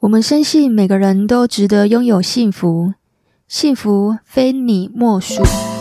我们深信每个人都值得拥有幸福，幸福非你莫属。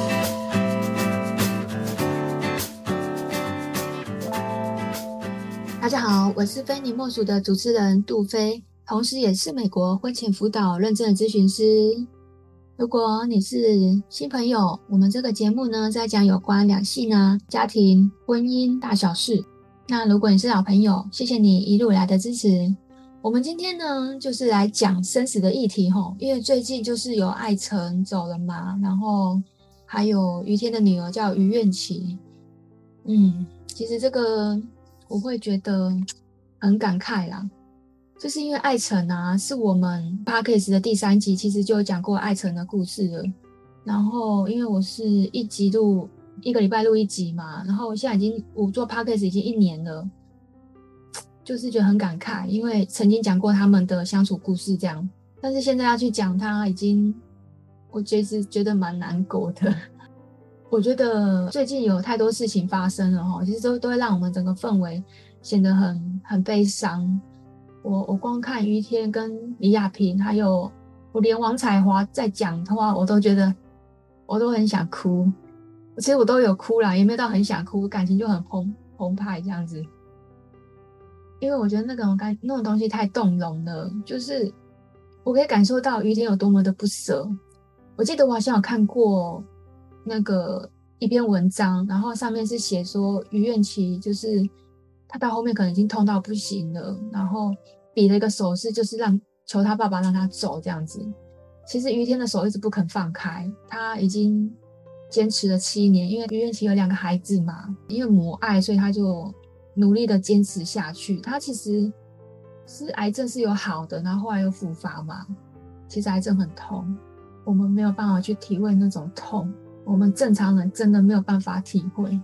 大家好，我是非你莫属的主持人杜飞，同时也是美国婚前辅导认证的咨询师。如果你是新朋友，我们这个节目呢在讲有关两性啊、家庭、婚姻大小事。那如果你是老朋友，谢谢你一路来的支持。我们今天呢就是来讲生死的议题吼，因为最近就是有艾成走了嘛，然后还有于天的女儿叫于愿琪。其实这个我会觉得很感慨啦，就是因为艾成啊是我们 Podcast 的第3集其实就有讲过艾成的故事了，然后因为我是一个礼拜录1集嘛，然后现在我做 Podcast 已经1年了，就是觉得很感慨，因为曾经讲过他们的相处故事这样，但是现在要去讲他我觉得蛮难过的。我觉得最近有太多事情发生了齁，其实都会让我们整个氛围显得很悲伤。我光看于天跟李亚平，还有我连王彩华在讲的话，我都很想哭。其实我都有哭啦，也没有到很想哭，感情就很澎湃这样子。因为我觉得那种东西太动容了，就是我可以感受到于天有多么的不舍。我记得我好像有看过那个一篇文章，然后上面是写说于愿琪就是他到后面可能已经痛到不行了，然后比了一个手势，就是求他爸爸让他走这样子。其实于天的手一直不肯放开，他已经坚持了7年，因为于愿琪有2个孩子嘛，因为母爱，所以他就努力的坚持下去。他其实是癌症是有好的，然后后来又复发嘛。其实癌症很痛，我们没有办法去体会那种痛，我们正常人真的没有办法体会。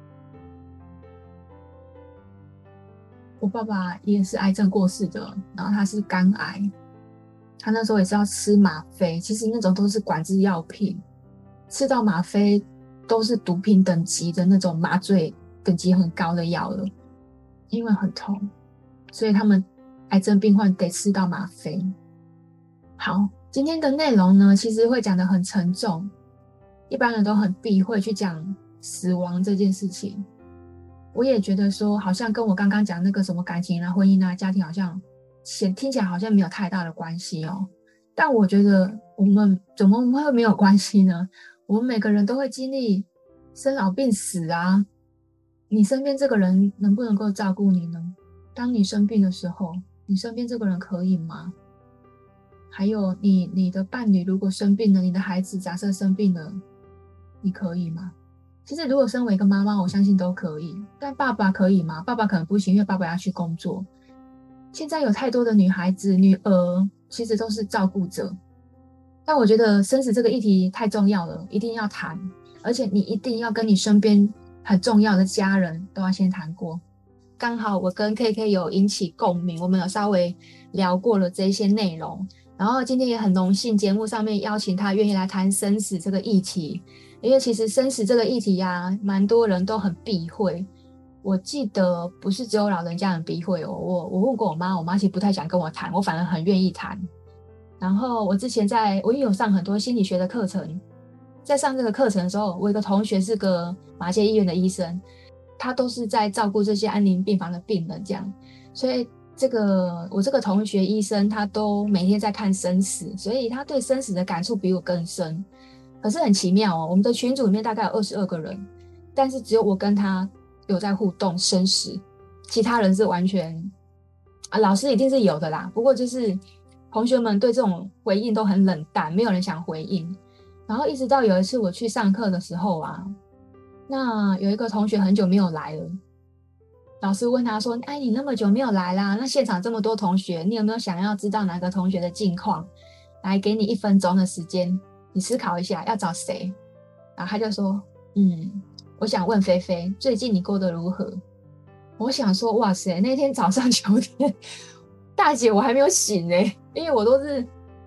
我爸爸也是癌症过世的，然后他是肝癌，他那时候也是要吃吗啡，其实那种都是管制药品，吃到吗啡都是毒品等级的那种麻醉等级很高的药了，因为很痛，所以他们癌症病患得吃到吗啡。好，今天的内容呢其实会讲得很沉重，一般人都很避讳去讲死亡这件事情。我也觉得说好像跟我刚刚讲那个什么感情啊、婚姻啊、家庭好像听起来好像没有太大的关系哦。但我觉得我们怎么会没有关系呢？我们每个人都会经历生老病死啊，你身边这个人能不能够照顾你呢？当你生病的时候，你身边这个人可以吗？还有你的伴侣如果生病了，你的孩子假设生病了，你可以吗？其实如果身为一个妈妈，我相信都可以，但爸爸可以吗？爸爸可能不行，因为爸爸要去工作。现在有太多的女孩子、女儿其实都是照顾者，但我觉得生死这个议题太重要了，一定要谈，而且你一定要跟你身边很重要的家人都要先谈过。刚好我跟 KK 有引起共鸣，我们有稍微聊过了这些内容，然后今天也很荣幸节目上面邀请他愿意来谈生死这个议题，因为其实生死这个议题啊，蛮多人都很避讳。我记得不是只有老人家很避讳哦，我问过我妈，我妈其实不太想跟我谈，我反而很愿意谈。然后我之前我也有上很多心理学的课程，在上这个课程的时候，我有一个同学是个马偕医院的医生，他都是在照顾这些安宁病房的病人这样，所以我这个同学医生他都每天在看生死，所以他对生死的感触比我更深。可是很奇妙哦，我们的群组里面大概有22个人，但是只有我跟他有在互动生死，其他人是完全老师一定是有的啦，不过就是同学们对这种回应都很冷淡，没有人想回应。然后一直到有一次我去上课的时候啊，那有一个同学很久没有来了，老师问他说，你那么久没有来啦，那现场这么多同学，你有没有想要知道哪个同学的近况？来，给你1分钟的时间，你思考一下要找谁。然后他就说，我想问菲菲，最近你过得如何？我想说，哇塞，那天早上9点，大姐我还没有醒因为我都是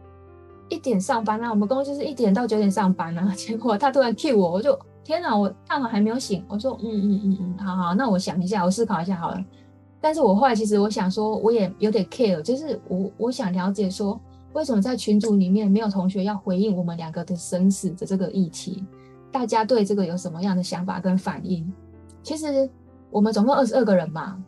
1点上班啊，我们公司是1点到9点上班啊，结果他突然 cue 我，我天哪，我大脑还没有醒，我说好，那我想一下，我思考一下好了。 但是我后来其实我想说，我也有点 care，就是我想了解说，为什么在群组里面没有同学要回应我们两个的生死的这个议题？大家对这个有什么样的想法跟反应？其实我们总共22个人嘛，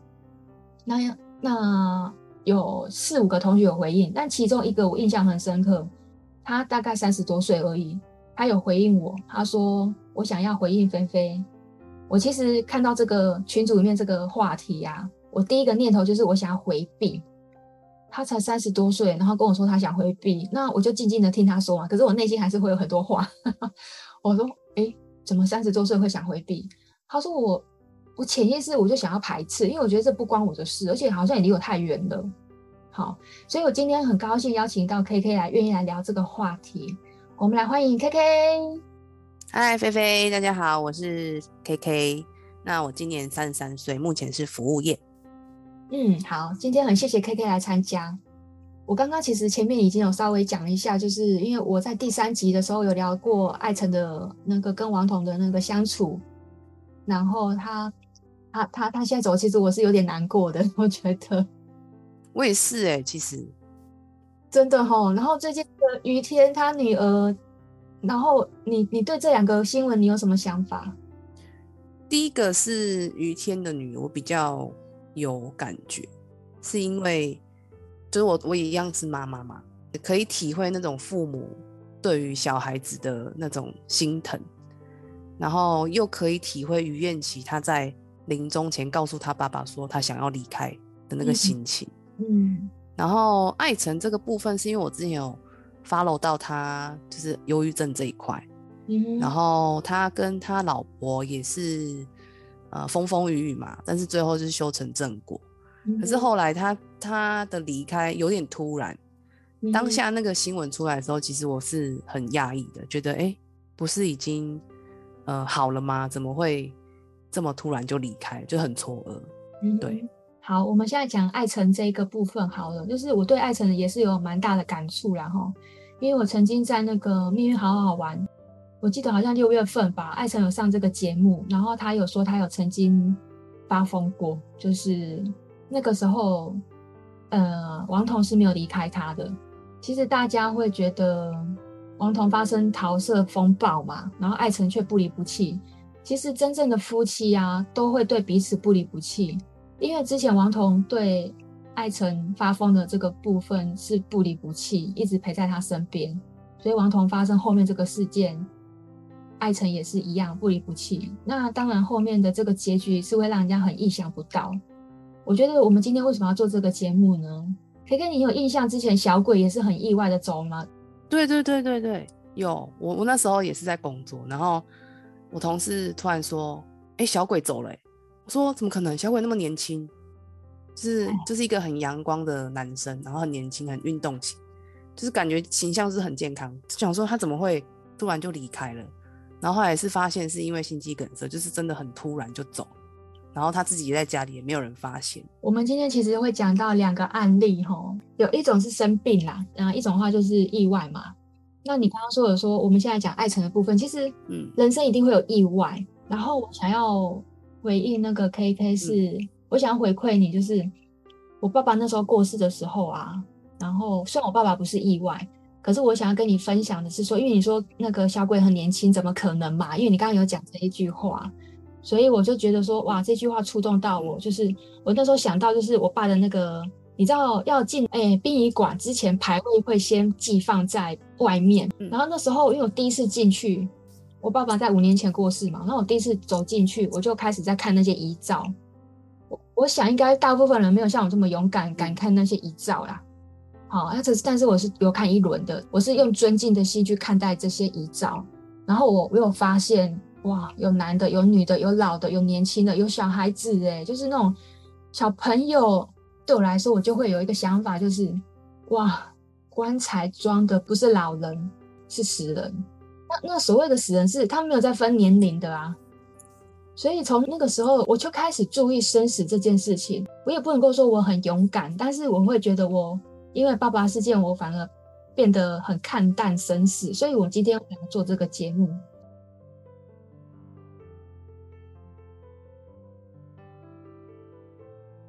那有4、5个同学有回应，但其中一个我印象很深刻，他大概30多岁而已，他有回应我，他说我想要回应菲菲。我其实看到这个群组里面这个话题啊，我第一个念头就是我想要回避。他才30多岁，然后跟我说他想回避，那我就静静的听他说嘛。可是我内心还是会有很多话。我说，诶，怎么30多岁会想回避？他说我潜意识我就想要排斥，因为我觉得这不关我的事，而且好像也离我太远了。好，所以我今天很高兴邀请到 KK 愿意来聊这个话题。我们来欢迎 KK。 嗨，菲菲，大家好，我是 KK。那我今年33岁，目前是服务业。 好，今天很谢谢 KK 来参加。我刚刚其实前面已经有稍微讲一下，就是因为我在第3集的时候有聊过艾成的那个跟王彤的那个相处，然后他现在走，其实我是有点难过的，我觉得。 我也是其实真的齁。然后最近的于天他女儿，然后你对这2个新闻你有什么想法？ 第一个是于天的女儿，我比较有感觉，是因为就是我也一样是妈妈嘛，可以体会那种父母对于小孩子的那种心疼，然后又可以体会于燕琪他在临终前告诉他爸爸说他想要离开的那个心情。然后艾成这个部分是因为我之前有 follow 到他就是忧郁症这一块，然后他跟他老婆也是风风雨雨嘛，但是最后就是修成正果。可是后来他的离开有点突然，当下那个新闻出来的时候，其实我是很讶异的，觉得不是已经好了吗？怎么会这么突然就离开，就很错愕。对， 好，我们现在讲艾成这个部分好了，就是我对艾成也是有蛮大的感触啦齁，因为我曾经在那个命运好好玩，我记得好像6月份吧，艾成有上这个节目，然后他有说他有曾经发疯过，就是那个时候王彤是没有离开他的。其实大家会觉得王彤发生桃色风暴嘛，然后艾成却不离不弃。其实真正的夫妻啊，都会对彼此不离不弃。因为之前王彤对艾成发疯的这个部分是不离不弃，一直陪在他身边，所以王彤发生后面这个事件，艾成也是一样不离不弃。那当然后面的这个结局是会让人家很意想不到。我觉得我们今天为什么要做这个节目呢？可以跟你有印象之前小鬼也是很意外的走吗？ 对，有我那时候也是在工作，然后我同事突然说小鬼走了我说怎么可能，小鬼那么年轻，就是一个很阳光的男生，然后很年轻很运动型，就是感觉形象是很健康，想说他怎么会突然就离开了，然后后来是发现是因为心肌梗塞，就是真的很突然就走，然后他自己也在家里也没有人发现。 我们今天其实会讲到2个案例有一种是生病啦，一种的话就是意外嘛。那你刚刚说的说我们现在讲艾成的部分，其实人生一定会有意外，然后我想要回应那个 KK 是我想要回馈你，就是我爸爸那时候过世的时候啊，然后虽然我爸爸不是意外，可是我想要跟你分享的是说，因为你说那个小鬼很年轻，怎么可能嘛？因为你刚刚有讲这一句话，所以我就觉得说，哇，这句话触动到我，就是我那时候想到就是我爸的那个，你知道要进殡仪馆之前牌位会先寄放在外面，然后那时候因为我第一次进去，我爸爸在5年前过世嘛，然后我第一次走进去，我就开始在看那些遗照。我想应该大部分人没有像我这么勇敢，敢看那些遗照啦。好，但是我是有看一轮的，我是用尊敬的心去看待这些遗照，然后我有发现，哇，有男的，有女的，有老的，有年轻的，有小孩子，就是那种小朋友。对我来说，我就会有一个想法，就是哇，棺材装的不是老人，是死人。那所谓的死人是他没有在分年龄的啊。所以从那个时候我就开始注意生死这件事情。我也不能够说我很勇敢，但是我会觉得因为爸爸事件，我反而变得很看淡生死，所以我今天想做这个节目。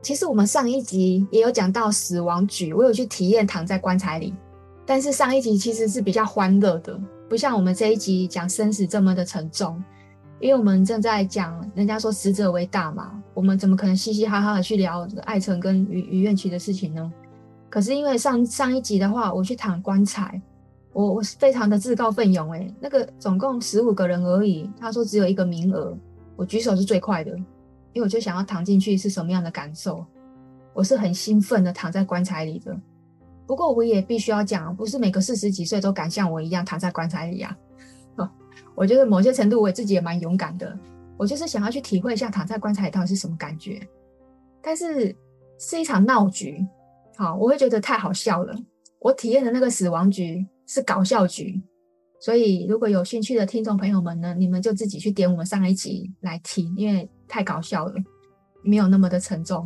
其实我们上一集也有讲到死亡局，我有去体验躺在棺材里，但是上一集其实是比较欢乐的，不像我们这一集讲生死这么的沉重，因为我们正在讲人家说死者为大嘛，我们怎么可能嘻嘻哈哈的去聊艾成跟于愿琪的事情呢？可是因为上一集的话，我去躺棺材，我非常的自告奋勇那个总共15个人而已，他说只有1个名额，我举手是最快的，因为我就想要躺进去是什么样的感受，我是很兴奋的躺在棺材里的。不过我也必须要讲，不是每个40几岁都敢像我一样躺在棺材里啊。我觉得某些程度我自己也蛮勇敢的，我就是想要去体会一下躺在棺材里到底是什么感觉。但是是一场闹剧，我会觉得太好笑了。我体验的那个死亡局是搞笑局，所以如果有兴趣的听众朋友们呢，你们就自己去点我们上一集来听，因为太搞笑了，没有那么的沉重。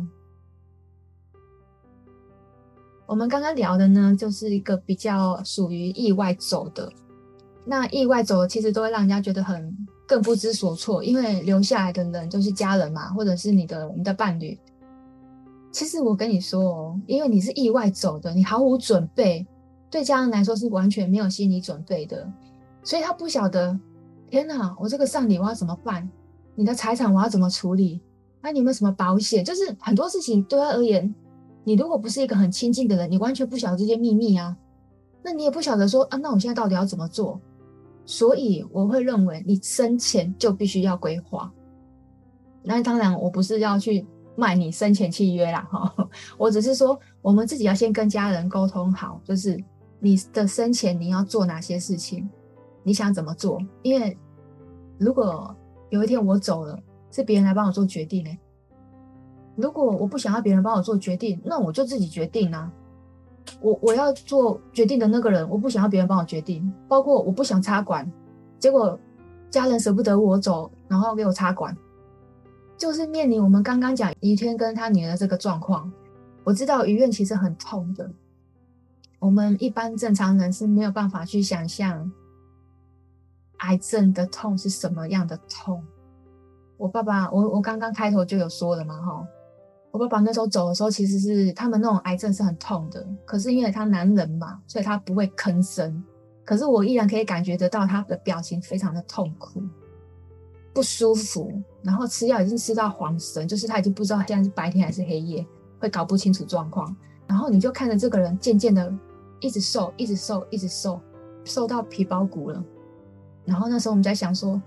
我们刚刚聊的呢，就是一个比较属于意外走的。那意外走的其实都会让人家觉得更不知所措，因为留下来的人就是家人嘛，或者是你的伴侣。其实我跟你说因为你是意外走的，你毫无准备，对家人来说是完全没有心理准备的，所以他不晓得，天哪，我这个丧礼我要怎么办？你的财产我要怎么处理？那你有没有什么保险？就是很多事情对他而言，你如果不是一个很亲近的人，你完全不晓得这些秘密啊，那你也不晓得说那我现在到底要怎么做？所以我会认为你生前就必须要规划。那当然我不是要去卖你生前契约啦我只是说我们自己要先跟家人沟通好，就是你的生前你要做哪些事情，你想怎么做。因为如果有一天我走了，是别人来帮我做决定如果我不想要别人帮我做决定，那我就自己决定啊。我要做决定的那个人，我不想要别人帮我决定，包括我不想插管，结果家人舍不得我走，然后给我插管，就是面临我们刚刚讲于天跟他女儿这个状况。我知道于愿其实很痛的，我们一般正常人是没有办法去想象癌症的痛是什么样的痛。我爸爸，我刚刚开头就有说了嘛我爸爸那时候走的时候，其实是他们那种癌症是很痛的，可是因为他男人嘛，所以他不会吭声，可是我依然可以感觉得到他的表情非常的痛苦不舒服，然后吃药已经吃到恍神，就是他已经不知道现在是白天还是黑夜，会搞不清楚状况。然后你就看着这个人渐渐的一直瘦一直瘦一直瘦，瘦到皮包骨了。然后那时候我们在想说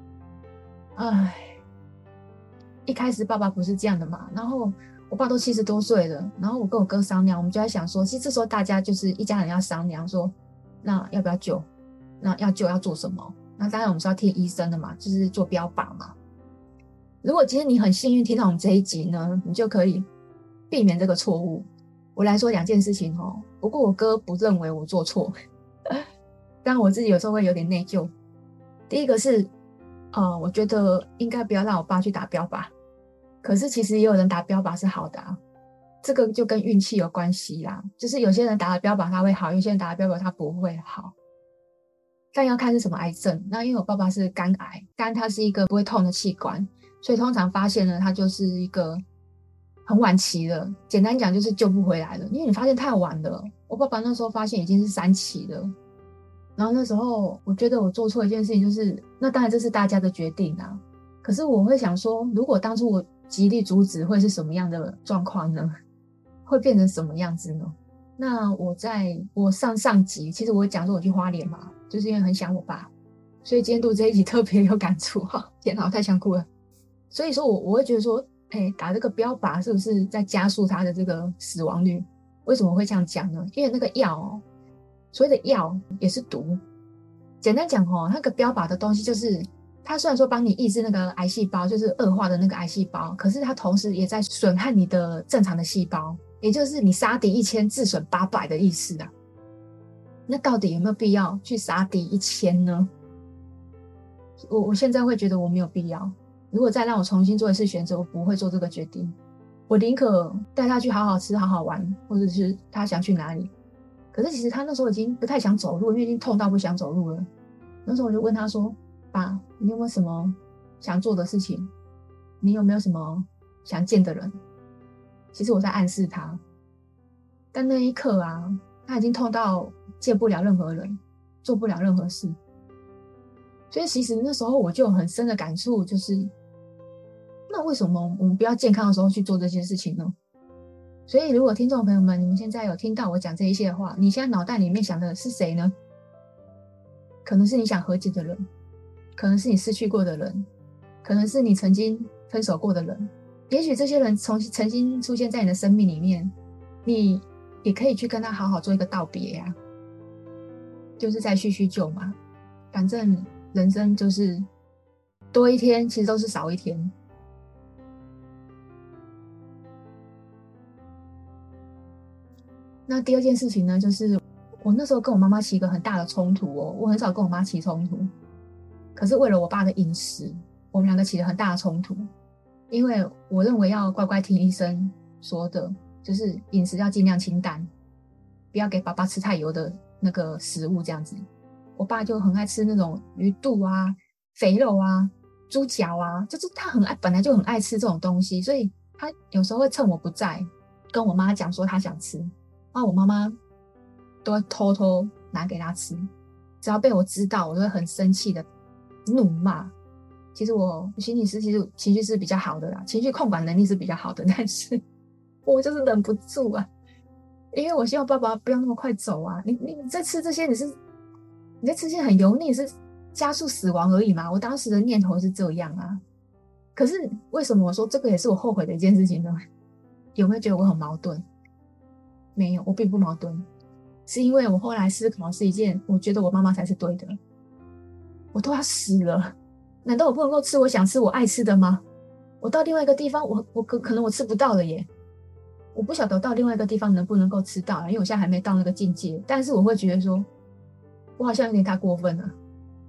一开始爸爸不是这样的嘛，然后我爸都70多岁了，然后我跟我哥商量，我们就在想说，其实这时候大家就是一家人要商量说，那要不要救，那要救要做什么。那当然我们是要听医生的嘛，就是做标靶嘛。如果今天你很幸运听到我们这一集呢，你就可以避免这个错误。我来说2件事情不过我哥不认为我做错但我自己有时候会有点内疚。第一个是我觉得应该不要让我爸去打标靶，可是其实也有人打标靶是好的这个就跟运气有关系啦，就是有些人打了标靶他会好，有些人打了标靶他不会好，但要看是什么癌症。那因为我爸爸是肝癌，肝它是一个不会痛的器官，所以通常发现呢它就是一个很晚期了，简单讲就是救不回来了，因为你发现太晚了。我爸爸那时候发现已经是3期了，然后那时候我觉得我做错一件事情，就是那当然这是大家的决定可是我会想说，如果当初我极力阻止会是什么样的状况呢？会变成什么样子呢？那我上集其实我讲说我去花莲嘛，就是因为很想我爸，所以今天录这一集特别有感触天哪，我太想哭了。所以说我会觉得说打这个标靶是不是在加速他的这个死亡率？为什么会这样讲呢？因为那个药所谓的药也是毒。简单讲那个标靶的东西就是它虽然说帮你抑制那个癌细胞，就是恶化的那个癌细胞，可是它同时也在损害你的正常的细胞，也就是你杀敌1000自损800的意思那到底有没有必要去杀敌1000呢？我现在会觉得我没有必要。如果再让我重新做一次选择，我不会做这个决定。我宁可带他去好好吃好好玩，或者是他想去哪里。可是其实他那时候已经不太想走路，因为已经痛到不想走路了。那时候我就问他说，爸，你有没有什么想做的事情？你有没有什么想见的人？ 其实我在暗示他。但那一刻啊，他已经痛到见不了任何人，做不了任何事。所以其实那时候我就有很深的感触，就是那为什么我们不要健康的时候去做这些事情呢？所以如果听众朋友们，你们现在有听到我讲这一些话，你现在脑袋里面想的是谁呢？可能是你想和解的人，可能是你失去过的人，可能是你曾经分手过的人。也许这些人曾经出现在你的生命里面，你也可以去跟他好好做一个道别呀，就是再叙叙旧嘛。反正人生就是多一天其实都是少一天。那第二件事情呢，就是我那时候跟我妈妈起一个很大的冲突哦。我很少跟我妈起冲突，可是为了我爸的饮食，我们两个起了很大的冲突。因为我认为要乖乖听医生说的，就是饮食要尽量清淡，不要给爸爸吃太油的那个食物这样子。我爸就很爱吃那种鱼肚啊、肥肉啊、猪脚啊，就是他本来就很爱吃这种东西，所以他有时候会趁我不在跟我妈讲说他想吃，然后我妈妈都会偷偷拿给他吃。只要被我知道，我就会很生气的怒骂。其实我心理师其实情绪是比较好的啦，情绪控管能力是比较好的，但是我就是忍不住啊，因为我希望爸爸不要那么快走啊。你在吃这些，你在吃些很油腻，是加速死亡而已嘛。我当时的念头是这样啊。可是为什么我说这个也是我后悔的一件事情呢？有没有觉得我很矛盾？没有，我并不矛盾，是因为我后来思考是一件，我觉得我妈妈才是对的。我都要死了，难道我不能够吃我想吃我爱吃的吗？我到另外一个地方，我可能我吃不到了耶。我不晓得到另外一个地方能不能够吃到，因为我现在还没到那个境界。但是我会觉得说，我好像有点太过分了。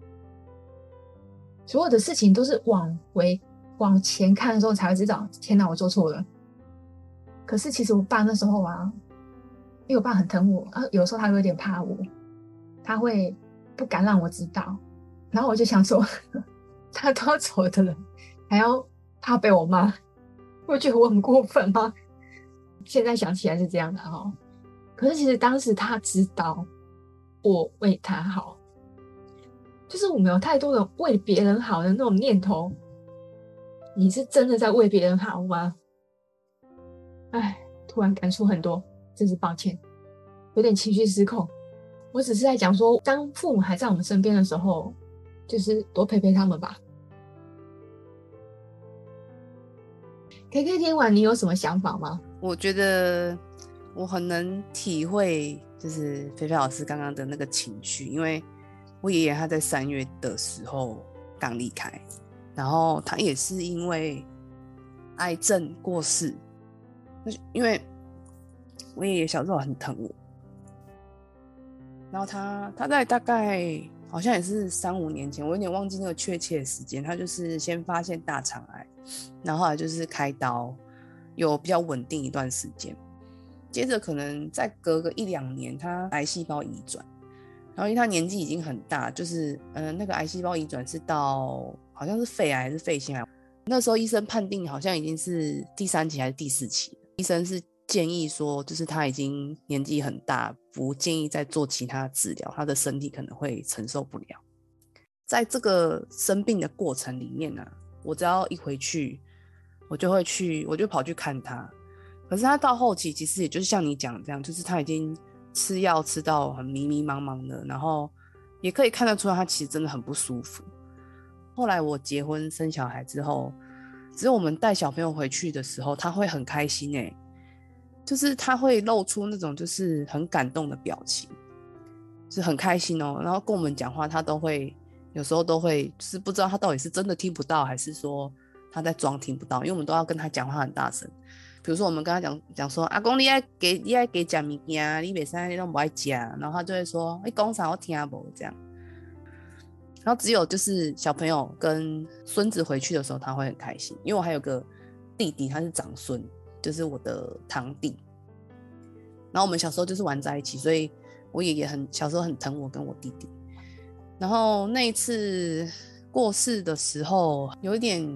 所有的事情都是往前看的时候才会知道，天哪，我做错了。可是其实我爸那时候啊，因为我爸很疼我啊，有时候他会有点怕我，他会不敢让我知道。然后我就想说，他都要走的人，还要怕被我骂，我觉得我很过分吗？现在想起来是这样的哈。可是其实当时他知道我为他好，就是我们有太多的为别人好的那种念头。你是真的在为别人好吗？哎，突然感触很多，真是抱歉，有点情绪失控。我只是在讲说，当父母还在我们身边的时候，就是多陪陪他们吧。KK 听完你有什么想法吗？ 我觉得我很能体会，就是菲菲老师刚刚的那个情绪，因为我爷爷他在3月的时候刚离开，然后他也是因为癌症过世。因为我爷爷小时候很疼我，然后他在大概好像也是3-5年前，我有点忘记那个确切的时间，他就是先发现大肠癌，然后后来就是开刀，有比较稳定一段时间，接着可能再隔个1-2年，他癌细胞移转，然后因为他年纪已经很大，就是那个癌细胞移转是到好像是肺癌还是肺腺癌，那时候医生判定好像已经是第3期还是第4期，医生是建议说，就是他已经年纪很大，不建议再做其他治疗，他的身体可能会承受不了。在这个生病的过程里面呢，我只要一回去，我就跑去看他。可是他到后期其实也就是像你讲这样，就是他已经吃药吃到很迷迷茫茫的，然后也可以看得出来他其实真的很不舒服。后来我结婚生小孩之后，只有我们带小朋友回去的时候，他会很开心就是他会露出那种就是很感动的表情，就是很开心哦。然后跟我们讲话，他都会有时候都会就是不知道他到底是真的听不到，还是说他在装听不到，因为我们都要跟他讲话很大声。比如说我们跟他讲说，阿公你要给吃物件，你不可以你都不爱吃，然后他就会说你说啥我听不这样。然后只有就是小朋友跟孙子回去的时候他会很开心，因为我还有个弟弟，他是长孙，就是我的堂弟。然后我们小时候就是玩在一起，所以我爷爷小时候很疼我跟我弟弟。然后那一次过世的时候有一点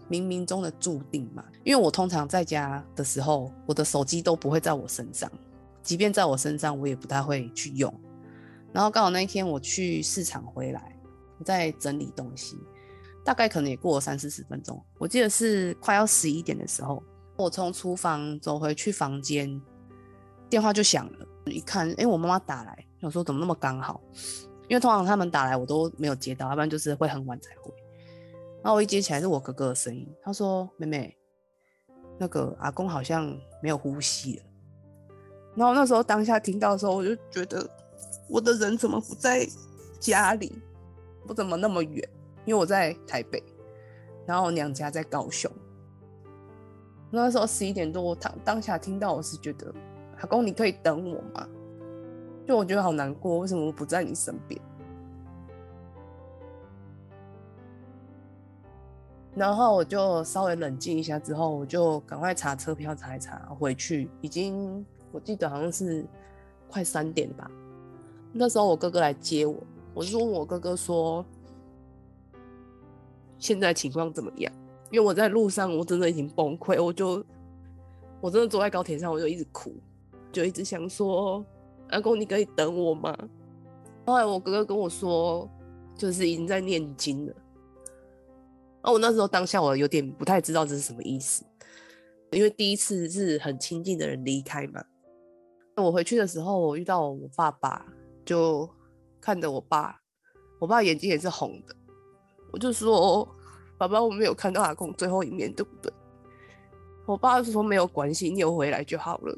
冥冥中的注定嘛。因为我通常在家的时候，我的手机都不会在我身上，即便在我身上，我也不太会去用。然后刚好那一天我去市场回来，在整理东西，大概可能也过了30-40分钟，我记得是快要11点的时候，我从厨房走回去房间，电话就响了。一看，我妈妈打来，我说怎么那么刚好？因为通常他们打来我都没有接到，要不然就是会很晚才回。然后我一接起来是我哥哥的声音，他说：“妹妹，那个阿公好像没有呼吸了。”然后那时候当下听到的时候，我就觉得我的人怎么不在家里？我怎么那么远？因为我在台北，然后我娘家在高雄。那时候11点多，我当下听到我是觉得，阿公你可以等我吗？就我觉得好难过，为什么我不在你身边？然后我就稍微冷静一下之后，我就赶快查车票，查一查回去，已经我记得好像是快3点吧。那时候我哥哥来接我，我就问我哥哥说现在情况怎么样？因为我在路上我真的已经崩溃，我真的坐在高铁上，我就一直哭，就一直想说阿公你可以等我吗？后来我哥哥跟我说就是已经在念经了。我那时候当下我有点不太知道这是什么意思，因为第一次是很亲近的人离开嘛。我回去的时候，我遇到我爸爸，就看着我爸眼睛也是红的，我就说：“爸爸，我没有看到阿公最后一面，对不对？”我爸就说：“没有关系，你有回来就好了。”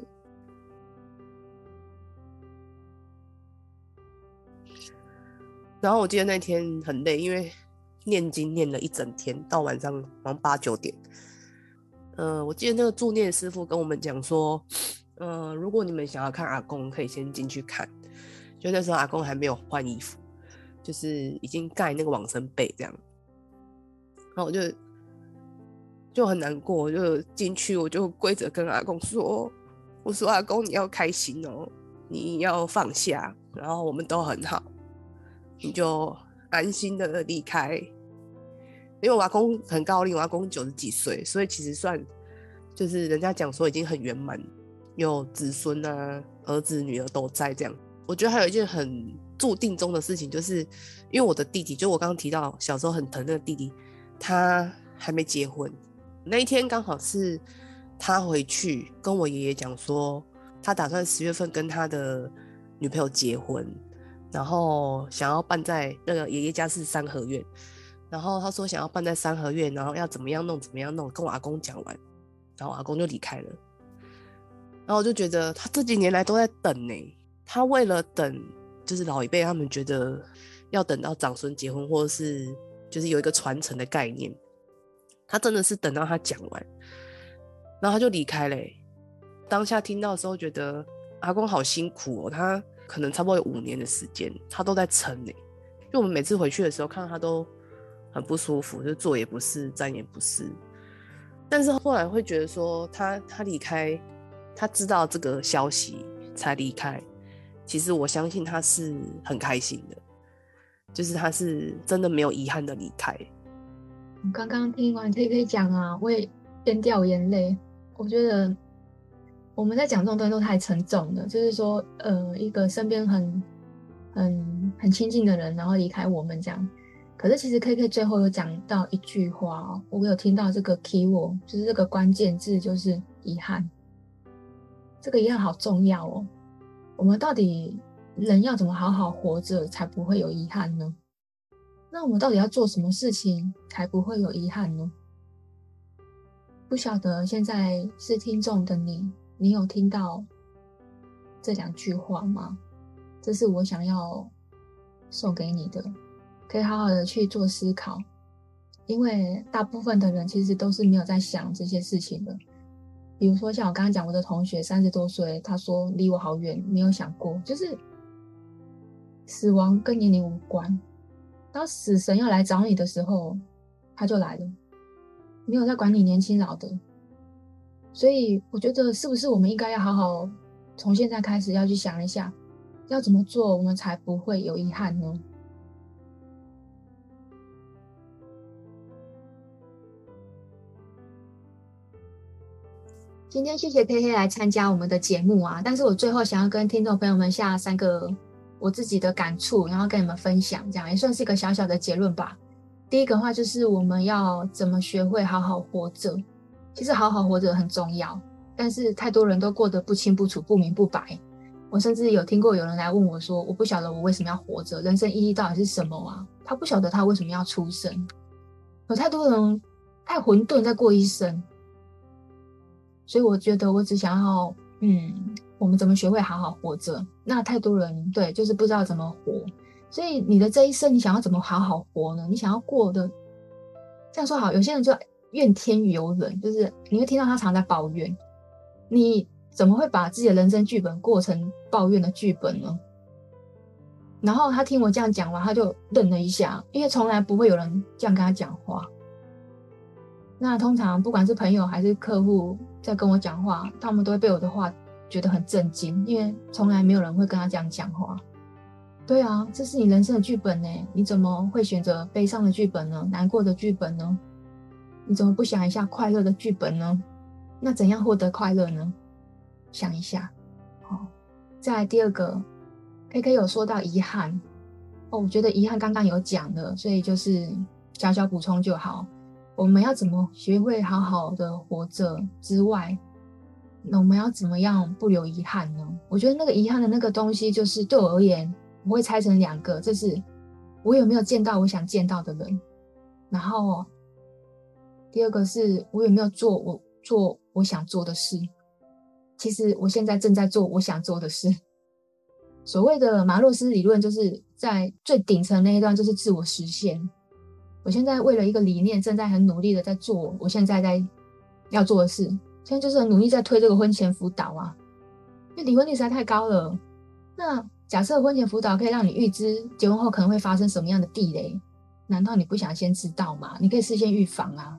然后我记得那天很累，因为念经念了一整天，到晚上好像8-9点。我记得那个助念师傅跟我们讲说，如果你们想要看阿公，可以先进去看。就那时候阿公还没有换衣服，就是已经盖那个往生被这样。然后我就很难过，我就进去，我就跪着跟阿公说：“我说阿公，你要开心哦，你要放下，然后我们都很好，你就安心的离开。”因为我阿公很高龄，我阿公90几岁，所以其实算就是人家讲说已经很圆满，有子孙啊，儿子女儿都在这样。我觉得还有一件很注定中的事情，就是因为我的弟弟，就我刚刚提到小时候很疼那个弟弟，他还没结婚。那一天刚好是他回去跟我爷爷讲说，他打算10月份跟他的女朋友结婚，然后想要办在那个爷爷家是3合院。然后他说想要办在3合院，然后要怎么样弄，跟我阿公讲完，然后我阿公就离开了。然后我就觉得他这几年来都在等呢，他为了等，就是老一辈他们觉得要等到长孙结婚，或者是就是有一个传承的概念，他真的是等到他讲完，然后他就离开了。当下听到的时候觉得阿公好辛苦哦，他可能差不多有5年的时间，他都在撑呢。就我们每次回去的时候看到他都很不舒服，就坐也不是，站也不是。但是后来会觉得说他离开，他知道这个消息才离开，其实我相信他是很开心的，就是他是真的没有遗憾的离开。 我刚刚听完可以讲啊，我也边掉眼泪。我觉得我们在讲这种东西都太沉重了，就是说一个身边很亲近的人然后离开我们这样。可是其实 KK 最后有讲到一句话哦，我有听到这个 keyword， 就是这个关键字就是遗憾。这个遗憾好重要哦。我们到底人要怎么好好活着才不会有遗憾呢？那我们到底要做什么事情才不会有遗憾呢？不晓得现在是听众的你有听到这2句话吗？这是我想要送给你的，可以好好的去做思考。因为大部分的人其实都是没有在想这些事情的。比如说像我刚刚讲，我的同学30多岁，他说离我好远，没有想过，就是死亡跟年龄无关。当死神要来找你的时候，他就来了，没有在管你年轻老的。所以我觉得是不是我们应该要好好从现在开始要去想一下，要怎么做我们才不会有遗憾呢？ 今天谢谢 KK 来参加我们的节目啊，但是我最后想要跟听众朋友们下3个我自己的感触，然后跟你们分享，这样也算是一个小小的结论吧。第一个话就是我们要怎么学会好好活着。其实好好活着很重要，但是太多人都过得不清不楚、不明不白。我甚至有听过有人来问我说，我不晓得我为什么要活着，人生意义到底是什么啊？他不晓得他为什么要出生。有太多人太混沌在过一生，所以我觉得我只想要我们怎么学会好好活着。那太多人对就是不知道怎么活，所以你的这一生你想要怎么好好活呢？你想要过的这样说好，有些人就怨天尤人，就是你会听到他常在抱怨，你怎么会把自己的人生剧本过成抱怨的剧本呢？然后他听我这样讲完，他就愣了一下，因为从来不会有人这样跟他讲话。那通常不管是朋友还是客户在跟我讲话，他们都会被我的话觉得很震惊，因为从来没有人会跟他这样讲话。对啊，这是你人生的剧本耶，你怎么会选择悲伤的剧本呢？难过的剧本呢？你怎么不想一下快乐的剧本呢？那怎样获得快乐呢？想一下。再来第二个 KK 有说到遗憾我觉得遗憾刚刚有讲了，所以就是小小补充就好。我们要怎么学会好好的活着之外，那我们要怎么样不留遗憾呢？我觉得那个遗憾的那个东西，就是对我而言我会拆成2个，这是我有没有见到我想见到的人，然后第二个是我有没有做我想做的事。其实我现在正在做我想做的事。所谓的马洛斯理论，就是在最顶层那一段就是自我实现。我现在为了一个理念正在很努力的在做我现在要做的事，现在就是很努力在推这个婚前辅导啊，因为离婚率实在太高了。那假设婚前辅导可以让你预知结婚后可能会发生什么样的地雷，难道你不想先知道吗？你可以事先预防啊。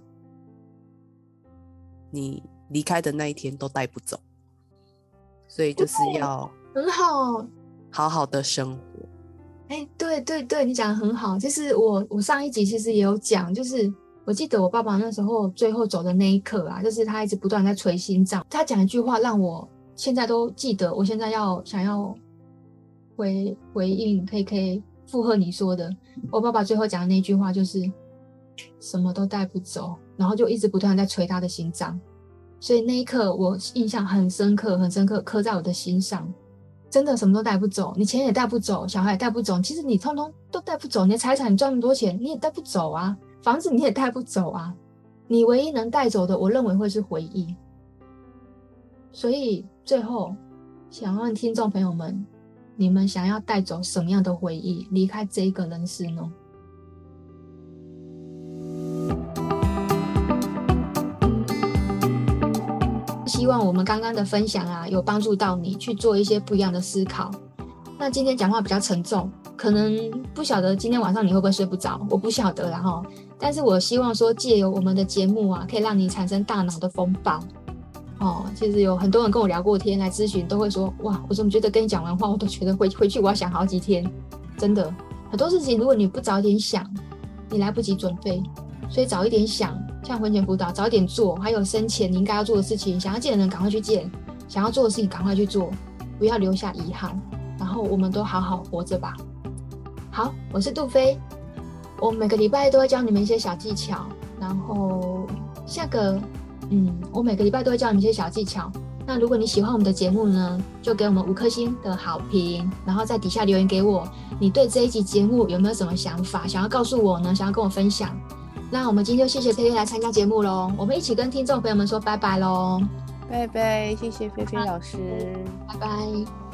你离开的那一天都带不走，所以就是要很好， 好好的生活。 对对对，你讲得很好。就是我上一集其实也有讲，就是我记得我爸爸那时候最后走的那一刻啊，就是他一直不断在捶心脏，他讲一句话让我现在都记得。我现在想要回应，可以附和你说的。我爸爸最后讲的那句话就是什么都带不走，然后就一直不断在捶他的心脏。所以那一刻我印象很深刻，很深刻，刻在我的心上。真的什么都带不走，你钱也带不走，小孩也带不走，其实你通通都带不走。你的财产，你赚那么多钱你也带不走啊，房子你也带不走啊。你唯一能带走的，我认为会是回忆。所以最后想问听众朋友们，你们想要带走什么样的回忆离开这一个人世呢？希望我们刚刚的分享啊，有帮助到你去做一些不一样的思考。那今天讲话比较沉重，可能不晓得今天晚上你会不会睡不着，我不晓得啦齁。但是我希望说，借由我们的节目啊，可以让你产生大脑的风暴。其实有很多人跟我聊过天来咨询，都会说，哇，我怎么觉得跟你讲完话，我都觉得回去我要想好几天。真的，很多事情如果你不早点想，你来不及准备。所以早一点想，像婚前辅导早一点做，还有生前你应该要做的事情，想要见的人赶快去见，想要做的事情赶快去做，不要留下遗憾。然后我们都好好活着吧。好，我是杜菲，我每个礼拜都会教你们一些小技巧，然后我每个礼拜都会教你们一些小技巧。那如果你喜欢我们的节目呢，就给我们5颗星的好评，然后在底下留言给我，你对这一集节目有没有什么想法想要告诉我呢？想要跟我分享。那我们今天就谢谢菲菲来参加节目咯，我们一起跟听众朋友们说拜拜咯。 拜拜，谢谢菲菲老师， 拜拜。